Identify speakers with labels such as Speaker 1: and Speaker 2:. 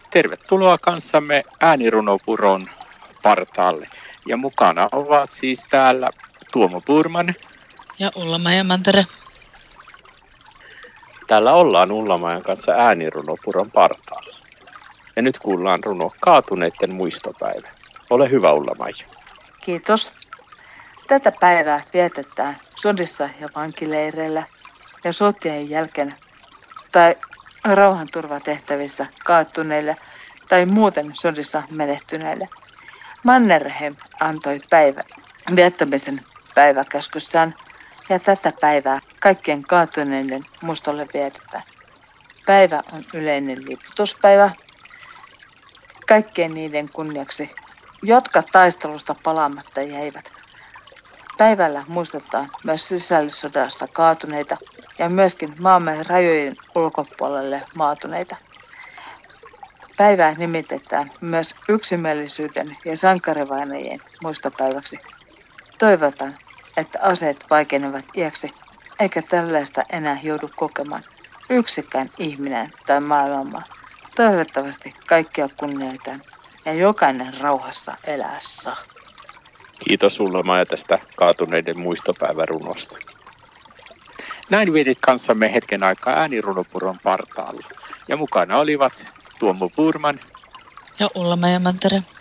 Speaker 1: Tervetuloa kanssamme äänirunopuron partaalle. Ja mukana ovat siis täällä Tuomo Purman
Speaker 2: ja Ulla-Maija Mantere.
Speaker 3: Täällä ollaan Ulla-Maijan kanssa äänirunopuron partaalla. Ja nyt kuullaan runo Kaatuneiden muistopäivä. Ole hyvä, Ulla-Maija.
Speaker 4: Kiitos. Tätä päivää vietetään sodissa ja vankileireillä ja sotien jälkeen tai rauhanturvatehtävissä kaatuneille tai muuten sodissa menehtyneille. Mannerheim antoi päivän viettämisen päiväkäskyssään ja tätä päivää kaikkien kaatuneiden muistolle vietetään. Päivä on yleinen liputuspäivä kaikkien niiden kunniaksi, jotka taistelusta palaamatta jäivät. Päivällä muistetaan myös sisällissodassa kaatuneita ja myöskin maamme rajojen ulkopuolelle maatuneita. Päivää nimitetään myös yksimielisyyden ja sankarivainajien muistopäiväksi. Toivotaan, että aseet vaikenevat iäksi, eikä tällaista enää joudu kokemaan yksikään ihminen tai maailmaa. Toivottavasti kaikkia kunnioitetaan ja jokainen rauhassa elää saa.
Speaker 3: Kiitos Ulla-Maija tästä kaatuneiden muistopäivärunosta.
Speaker 1: Näin vietit kanssamme hetken aikaa äänirunopuron partaalla. Ja mukana olivat Tuomo Purman
Speaker 2: ja Ulla-Maija Mantere.